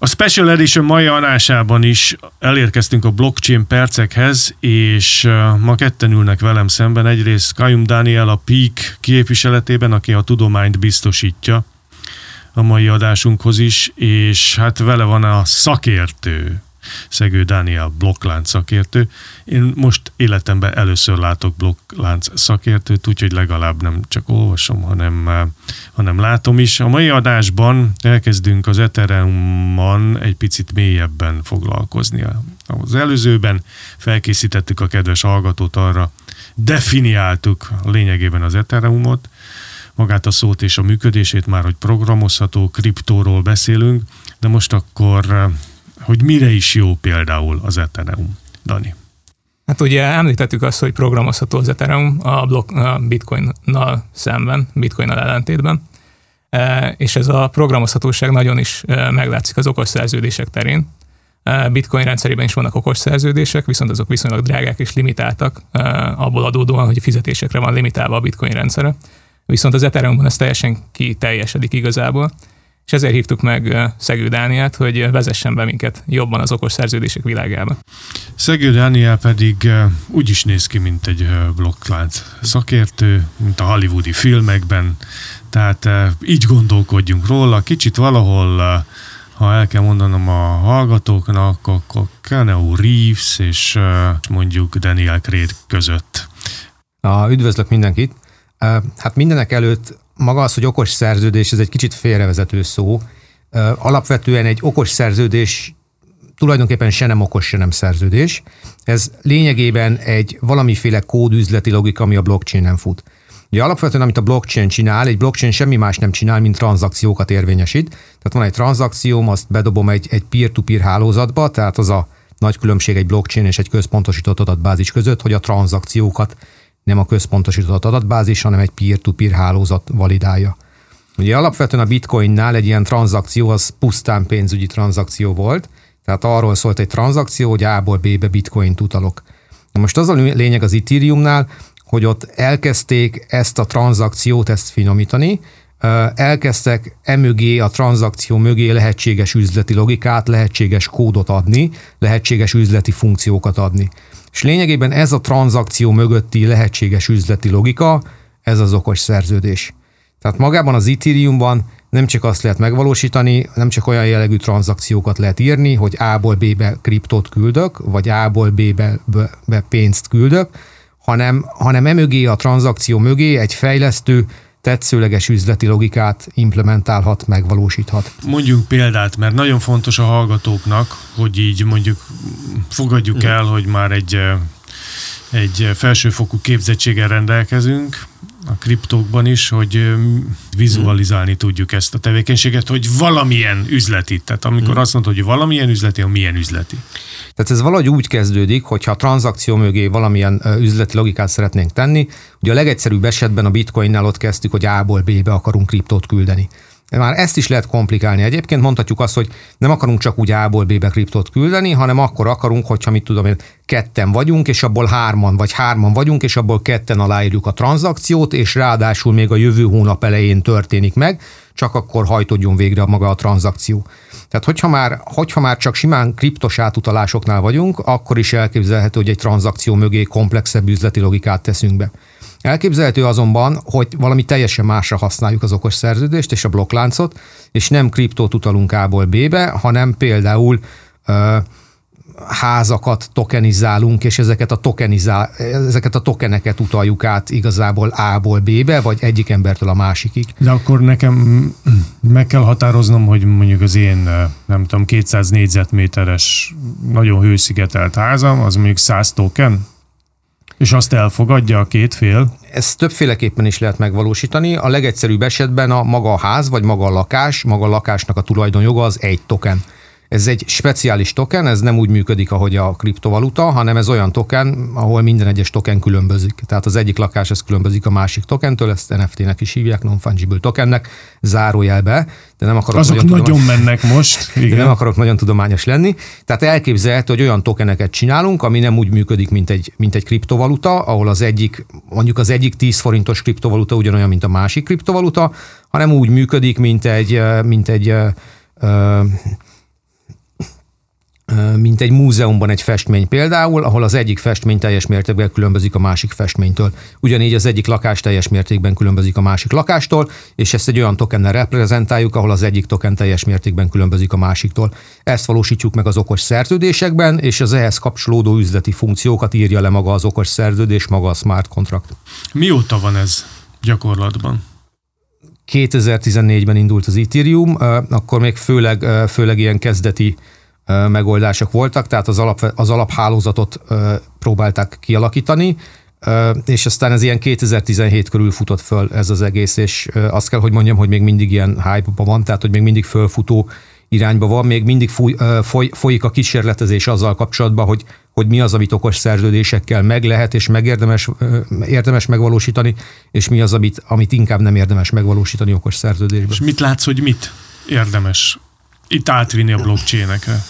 A Special Edition mai adásában is elérkeztünk a blockchain percekhez, és ma ketten ülnek velem szemben. Egyrészt Kayum Dániel a Peak képviseletében, aki a tudományt biztosítja a mai adásunkhoz is, és hát vele van a szakértő, Szegő Dániel, blokklánc szakértő. Én most életemben először látok blokklánc szakértőt, úgyhogy legalább nem csak olvasom, hanem látom is. A mai adásban elkezdünk az Ethereum-man egy picit mélyebben foglalkozni. Az előzőben felkészítettük a kedves hallgatót arra, definiáltuk lényegében az Ethereumot, magát a szót és a működését már, hogy programozható, kriptóról beszélünk, de most akkor hogy mire is jó például az Ethereum, Dani? Hát ugye említettük azt, hogy programozható az Ethereum a Bitcoinnal szemben, Bitcoinnal ellentétben, és ez a programozhatóság nagyon is meglátszik az okos szerződések terén. Bitcoin rendszerében is vannak okos szerződések, viszont azok viszonylag drágák és limitáltak, abból adódóan, hogy a fizetésekre van limitálva a Bitcoin rendszere. Viszont az Ethereumban ez teljesen kiteljesedik igazából, és ezért hívtuk meg Szegő Dánielt, hogy vezessen be minket jobban az okos szerződések világába. Szegő Dániel pedig úgy is néz ki, mint egy blokklánc szakértő, mint a hollywoodi filmekben, tehát így gondolkodjunk róla. Kicsit valahol, ha el kell mondanom a hallgatóknak, akkor Keanu Reeves és mondjuk Daniel Craig között. Üdvözlök mindenkit! Hát mindenek előtt maga az, hogy okos szerződés, ez egy kicsit félrevezető szó. Alapvetően egy okos szerződés tulajdonképpen se nem okos, se nem szerződés. Ez lényegében egy valamiféle kódüzleti logika, ami a blockchainen fut. Ugye alapvetően, amit a blockchain csinál, egy blockchain semmi más nem csinál, mint tranzakciókat érvényesít. Tehát van egy tranzakcióm, azt bedobom egy peer-to-peer hálózatba, tehát az a nagy különbség egy blockchain és egy központosított adatbázis között, hogy a tranzakciókat nem a központosított adatbázis, hanem egy peer-to-peer hálózat validálja. Ugye alapvetően a Bitcoinnál egy ilyen tranzakció az pusztán pénzügyi tranzakció volt, tehát arról szólt egy tranzakció, hogy A-ból B-be Bitcoint utalok. Most az a lényeg az Ethereumnál, hogy ott elkezdték ezt a tranzakciót, ezt finomítani, elkezdtek emögé, a tranzakció mögé lehetséges üzleti logikát, lehetséges kódot adni, lehetséges üzleti funkciókat adni. És lényegében ez a tranzakció mögötti lehetséges üzleti logika, ez az okos szerződés. Tehát magában az Ethereumban nem csak azt lehet megvalósítani, nem csak olyan jellegű tranzakciókat lehet írni, hogy A-ból B-be kriptót küldök, vagy A-ból B-be pénzt küldök, hanem emögé a tranzakció mögé egy fejlesztő tetszőleges üzleti logikát implementálhat, megvalósíthat. Mondjunk példát, mert nagyon fontos a hallgatóknak, hogy így mondjuk fogadjuk el, hogy már egy felsőfokú képzettséggel rendelkezünk a kriptókban is, hogy vizualizálni tudjuk ezt a tevékenységet, hogy valamilyen üzleti. Tehát amikor azt mondod, hogy valamilyen üzleti, a milyen üzleti? Tehát ez valahogy úgy kezdődik, hogyha a tranzakció mögé valamilyen üzleti logikát szeretnénk tenni. Ugye a legegyszerűbb esetben a Bitcoinnál ott kezdtük, hogy A-ból B-be akarunk kriptót küldeni. De már ezt is lehet komplikálni. Egyébként mondhatjuk azt, hogy nem akarunk csak úgy A-ból B-be kriptót küldeni, hanem akkor akarunk, hogyha mit tudom én, ketten vagyunk, és abból hárman vagyunk, és abból ketten aláírjuk a tranzakciót, és ráadásul még a jövő hónap elején történik meg, csak akkor hajtódjon végre maga a tranzakció. Tehát hogyha már csak simán kriptos átutalásoknál vagyunk, akkor is elképzelhető, hogy egy tranzakció mögé komplexebb üzleti logikát teszünk be. Elképzelhető azonban, hogy valami teljesen másra használjuk az okos szerződést és a blokkláncot, és nem kriptót utalunk A-ból B-be, hanem például házakat tokenizálunk, és ezeket a tokeneket utaljuk át igazából A-ból B-be, vagy egyik embertől a másikig. De akkor nekem meg kell határoznom, hogy mondjuk az én, nem tudom, 200 négyzetméteres, nagyon hőszigetelt házam, az mondjuk 100 token? És azt elfogadja a két fél? Ezt többféleképpen is lehet megvalósítani. A legegyszerűbb esetben maga a ház, vagy maga a lakásnak a tulajdonjoga az egy token. Ez egy speciális token, ez nem úgy működik, ahogy a kriptovaluta, hanem ez olyan token, ahol minden egyes token különbözik. Tehát az egyik lakás ez különbözik a másik tokentől, ezt NFT-nek is hívják, non-fungible tokennek, zárójelbe. De nem akarok azok nagyon mennek most. Igen. De nem akarok nagyon tudományos lenni. Tehát elképzelhető, hogy olyan tokeneket csinálunk, ami nem úgy működik, mint egy kriptovaluta, ahol az egyik 10 forintos kriptovaluta ugyanolyan, mint a másik kriptovaluta, hanem úgy működik, mint egy mint egy múzeumban egy festmény például, ahol az egyik festmény teljes mértékben különbözik a másik festménytől. Ugyanígy az egyik lakás teljes mértékben különbözik a másik lakástól, és ezt egy olyan tokennel reprezentáljuk, ahol az egyik token teljes mértékben különbözik a másiktól. Ezt valósítjuk meg az okos szerződésekben, és az ehhez kapcsolódó üzleti funkciókat írja le maga az okos szerződés, maga a smart contract. Mióta van ez gyakorlatban? 2014-ben indult az Ethereum, akkor még főleg ilyen kezdeti megoldások voltak, tehát az alaphálózatot próbálták kialakítani, és aztán ez ilyen 2017 körül futott föl ez az egész, és azt kell, hogy mondjam, hogy még mindig ilyen hype-ban van, tehát hogy még mindig fölfutó irányba van, még mindig folyik a kísérletezés azzal kapcsolatban, hogy mi az, amit okos szerződésekkel meg lehet és érdemes megvalósítani, és mi az, amit inkább nem érdemes megvalósítani okos szerződésben. És mit látsz, hogy mit érdemes itt átvinni a blockchain-ekre?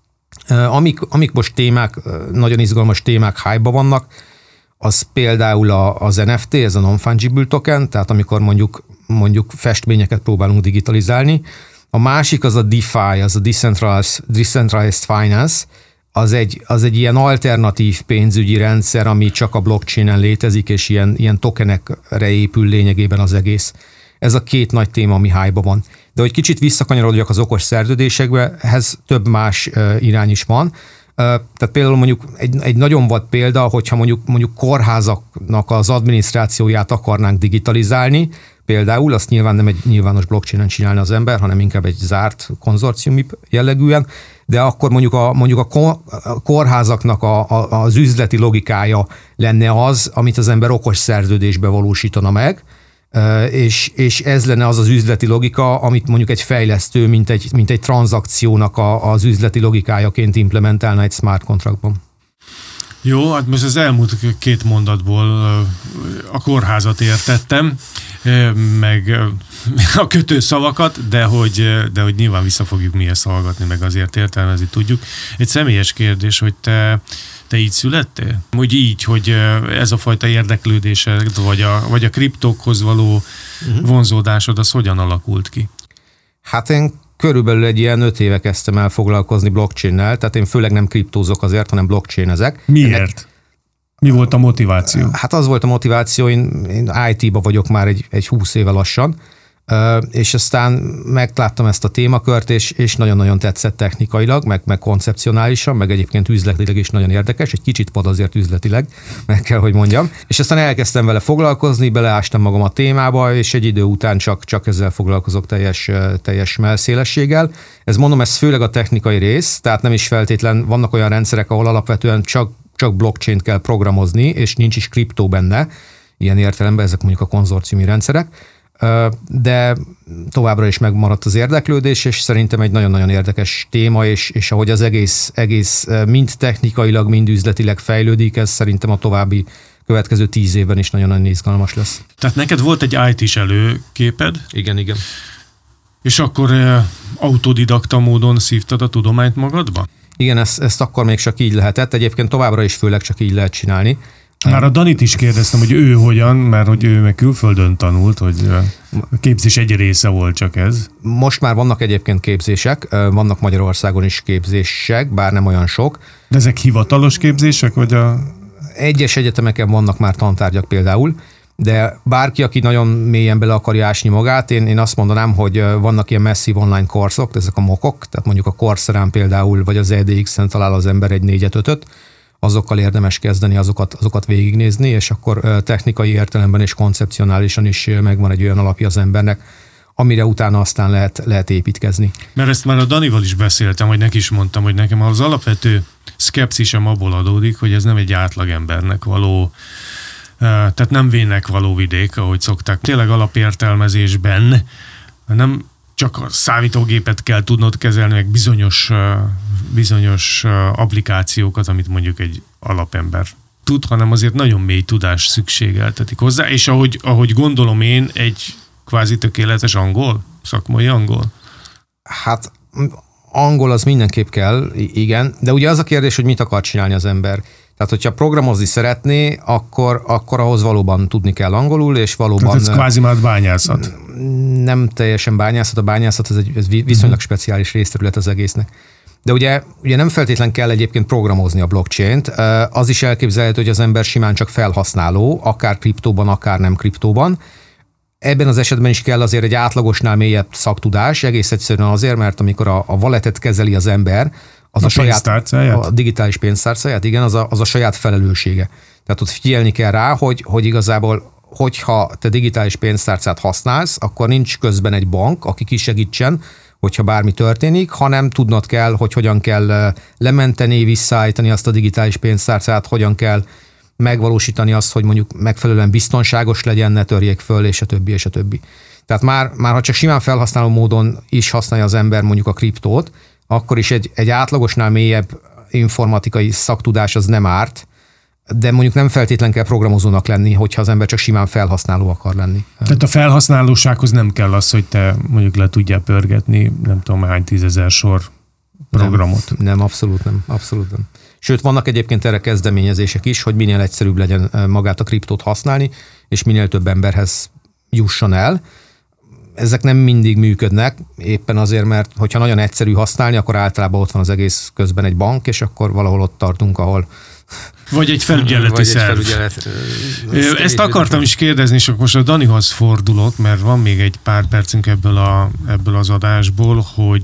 Amik most témák, nagyon izgalmas témák hype-ban vannak, az például az NFT, ez a non-fungible token, tehát amikor mondjuk festményeket próbálunk digitalizálni. A másik az a DeFi, az a Decentralized Finance, az egy ilyen alternatív pénzügyi rendszer, ami csak a blockchainen létezik, és ilyen tokenekre épül lényegében az egész. Ez a két nagy téma, ami hype-ban van. De hogy kicsit visszakanyarodjak az okos szerződésekbe, ehhez több más irány is van. Tehát például mondjuk egy nagyon vad példa, hogyha mondjuk kórházaknak az adminisztrációját akarnánk digitalizálni, például azt nyilván nem egy nyilvános blockchainen csinálna az ember, hanem inkább egy zárt konzorciumi jellegűen, de akkor mondjuk a kórházaknak az üzleti logikája lenne az, amit az ember okos szerződésbe valósítana meg, és ez lenne az üzleti logika, amit mondjuk egy fejlesztő, mint egy tranzakciónak az üzleti logikájaként implementálna egy smart contractban. Jó, hát most az elmúlt két mondatból a kórházat értettem, meg a kötőszavakat, de hogy nyilván vissza fogjuk mi ezt hallgatni, meg azért értelmezni tudjuk. Egy személyes kérdés, hogy te így születtél? Hogy így, hogy ez a fajta érdeklődésed, vagy a kriptókhoz való vonzódásod, az hogyan alakult ki? Hát én körülbelül egy ilyen 5 éve kezdtem el foglalkozni blockchain-nel, tehát én főleg nem kriptózok azért, hanem blockchain-ezek. Miért? Mi volt a motiváció? Hát az volt a motiváció, én IT-ba vagyok már egy 20 éve lassan, és aztán megláttam ezt a témakört, és nagyon-nagyon tetszett technikailag, meg koncepcionálisan, meg egyébként üzletileg is nagyon érdekes, egy kicsit vad azért üzletileg, meg kell, hogy mondjam. És aztán elkezdtem vele foglalkozni, beleástam magam a témába, és egy idő után csak ezzel foglalkozok teljes mellszélességgel. Ez főleg a technikai rész, tehát nem is feltétlen vannak olyan rendszerek, ahol alapvetően csak blockchain-t kell programozni, és nincs is kriptó benne, ilyen értelemben ezek mondjuk a konzorciumi rendszerek, de továbbra is megmaradt az érdeklődés, és szerintem egy nagyon-nagyon érdekes téma, és ahogy az egész mind technikailag, mind üzletileg fejlődik, ez szerintem a további következő 10 évben is nagyon-nagyon izgalmas lesz. Tehát neked volt egy IT-s előképed? Igen. És akkor autodidakta módon szívtad a tudományt magadba? Igen, ezt akkor még csak így lehetett, egyébként továbbra is főleg csak így lehet csinálni. Már a Danit is kérdeztem, hogy ő hogyan, mert hogy ő meg külföldön tanult, hogy a képzés egy része volt csak ez. Most már vannak egyébként képzések, vannak Magyarországon is képzések, bár nem olyan sok. De ezek hivatalos képzések, vagy a... Egyes egyetemeken vannak már tantárgyak például, de bárki, aki nagyon mélyen bele akarja ásni magát, én azt mondanám, hogy vannak ilyen massive online korszok, ezek a mokok, tehát mondjuk a Coursera-n például, vagy az EDX-en talál az ember egy 4-5-öt, azokkal érdemes kezdeni, azokat végignézni, és akkor technikai értelemben és koncepcionálisan is megvan egy olyan alapja az embernek, amire utána aztán lehet építkezni. Mert ezt már a Danival is beszéltem, hogy neki is mondtam, hogy nekem az alapvető szkepszisem abból adódik, hogy ez nem egy átlagembernek való, tehát nem vénnek való vidék, ahogy szokták. Tényleg alapértelmezésben nem csak a számítógépet kell tudnod kezelni, meg bizonyos applikációkat, amit mondjuk egy alapember tud, hanem azért nagyon mély tudás szükségeltetik hozzá, és ahogy gondolom én, egy kvázi tökéletes angol, szakmai angol. Hát angol az mindenképp kell, igen, de ugye az a kérdés, hogy mit akar csinálni az ember. Tehát, hogyha programozni szeretné, akkor ahhoz valóban tudni kell angolul, és valóban... Tehát ez kvázi már bányászat. Nem teljesen bányászat, a bányászat ez viszonylag speciális részterület az egésznek. De ugye nem feltétlen kell egyébként programozni a blockchain-t, az is elképzelhető, hogy az ember simán csak felhasználó, akár kriptóban, akár nem kriptóban. Ebben az esetben is kell azért egy átlagosnál mélyebb szaktudás, egész egyszerűen azért, mert amikor a walletet kezeli az ember, az a saját a digitális pénztárcáját, igen, az a saját felelőssége. Tehát ott figyelni kell rá, hogy igazából, hogyha te digitális pénztárcát használsz, akkor nincs közben egy bank, aki kisegítsen, hogyha bármi történik, hanem tudnod kell, hogy hogyan kell lementeni, visszaállítani azt a digitális pénztárcát, hogyan kell megvalósítani azt, hogy mondjuk megfelelően biztonságos legyen, ne törjék föl, és a többi, és a többi. Tehát már ha csak simán felhasználó módon is használja az ember mondjuk a kriptót, akkor is egy átlagosnál mélyebb informatikai szaktudás az nem árt, de mondjuk nem feltétlen kell programozónak lenni, hogyha az ember csak simán felhasználó akar lenni. Tehát a felhasználósághoz nem kell az, hogy te mondjuk le tudjál pörgetni, nem tudom hány 10 000 sor programot. Nem, abszolút nem. Sőt, vannak egyébként erre kezdeményezések is, hogy minél egyszerűbb legyen magát a kriptót használni, és minél több emberhez jusson el. Ezek nem mindig működnek, éppen azért, mert hogyha nagyon egyszerű használni, akkor általában ott van az egész közben egy bank, és akkor valahol ott tartunk, ahol... Vagy egy felügyeleti szerv. Ezt akartam is kérdezni, és akkor most a Danihoz fordulok, mert van még egy pár percünk ebből az adásból,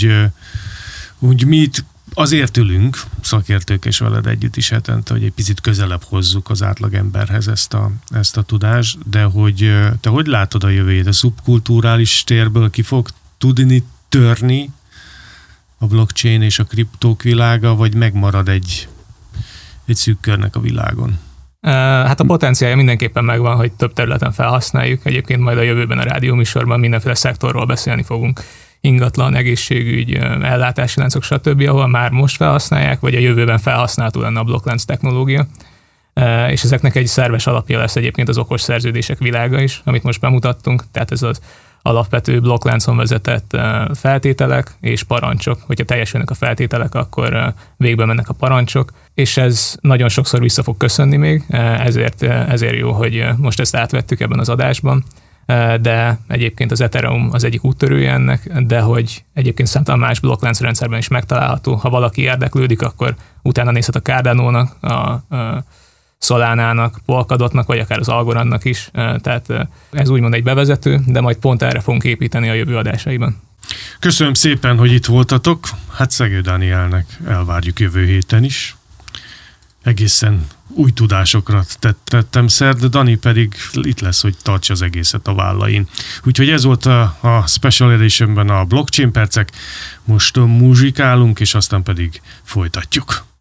hogy mi itt azért ülünk, szakértők és veled együtt is hetente, hogy egy picit közelebb hozzuk az átlagemberhez ezt a tudást, de hogy te hogy látod a jövőjét? A szubkulturális térből ki fog tudni törni a blockchain és a kriptók világa, vagy megmarad egy szűk körnek a világon? Hát a potenciálja mindenképpen megvan, hogy több területen felhasználjuk. Egyébként majd a jövőben a rádióműsorban mindenféle szektorról beszélni fogunk. Ingatlan, egészségügy, ellátási láncok, stb., ahol már most felhasználják, vagy a jövőben felhasználható lenne a blokklánc technológia. És ezeknek egy szerves alapja lesz egyébként az okos szerződések világa is, amit most bemutattunk. Tehát ez az alapvető blokkláncon vezetett feltételek és parancsok. Hogyha teljesülnek a feltételek, akkor végbe mennek a parancsok, és ez nagyon sokszor vissza fog köszönni még, ezért jó, hogy most ezt átvettük ebben az adásban. De egyébként az Ethereum az egyik úttörője ennek, de hogy egyébként számtalan más blokkláncrendszerben is megtalálható. Ha valaki érdeklődik, akkor utána nézhet a Cardano-nak, a Solana-nak, Polkadotnak, vagy akár az Algorandnak is. Tehát ez úgymond egy bevezető, de majd pont erre fogunk építeni a jövő adásaiban. Köszönöm szépen, hogy itt voltatok. Hát Szegő Dánielnek elvárjuk jövő héten is. Egészen új tudásokra tettem szert, de Dani pedig itt lesz, hogy tartsa az egészet a vállain. Úgyhogy ez volt a Special Editionben a Blockchain Percek. Most muzsikálunk, és aztán pedig folytatjuk.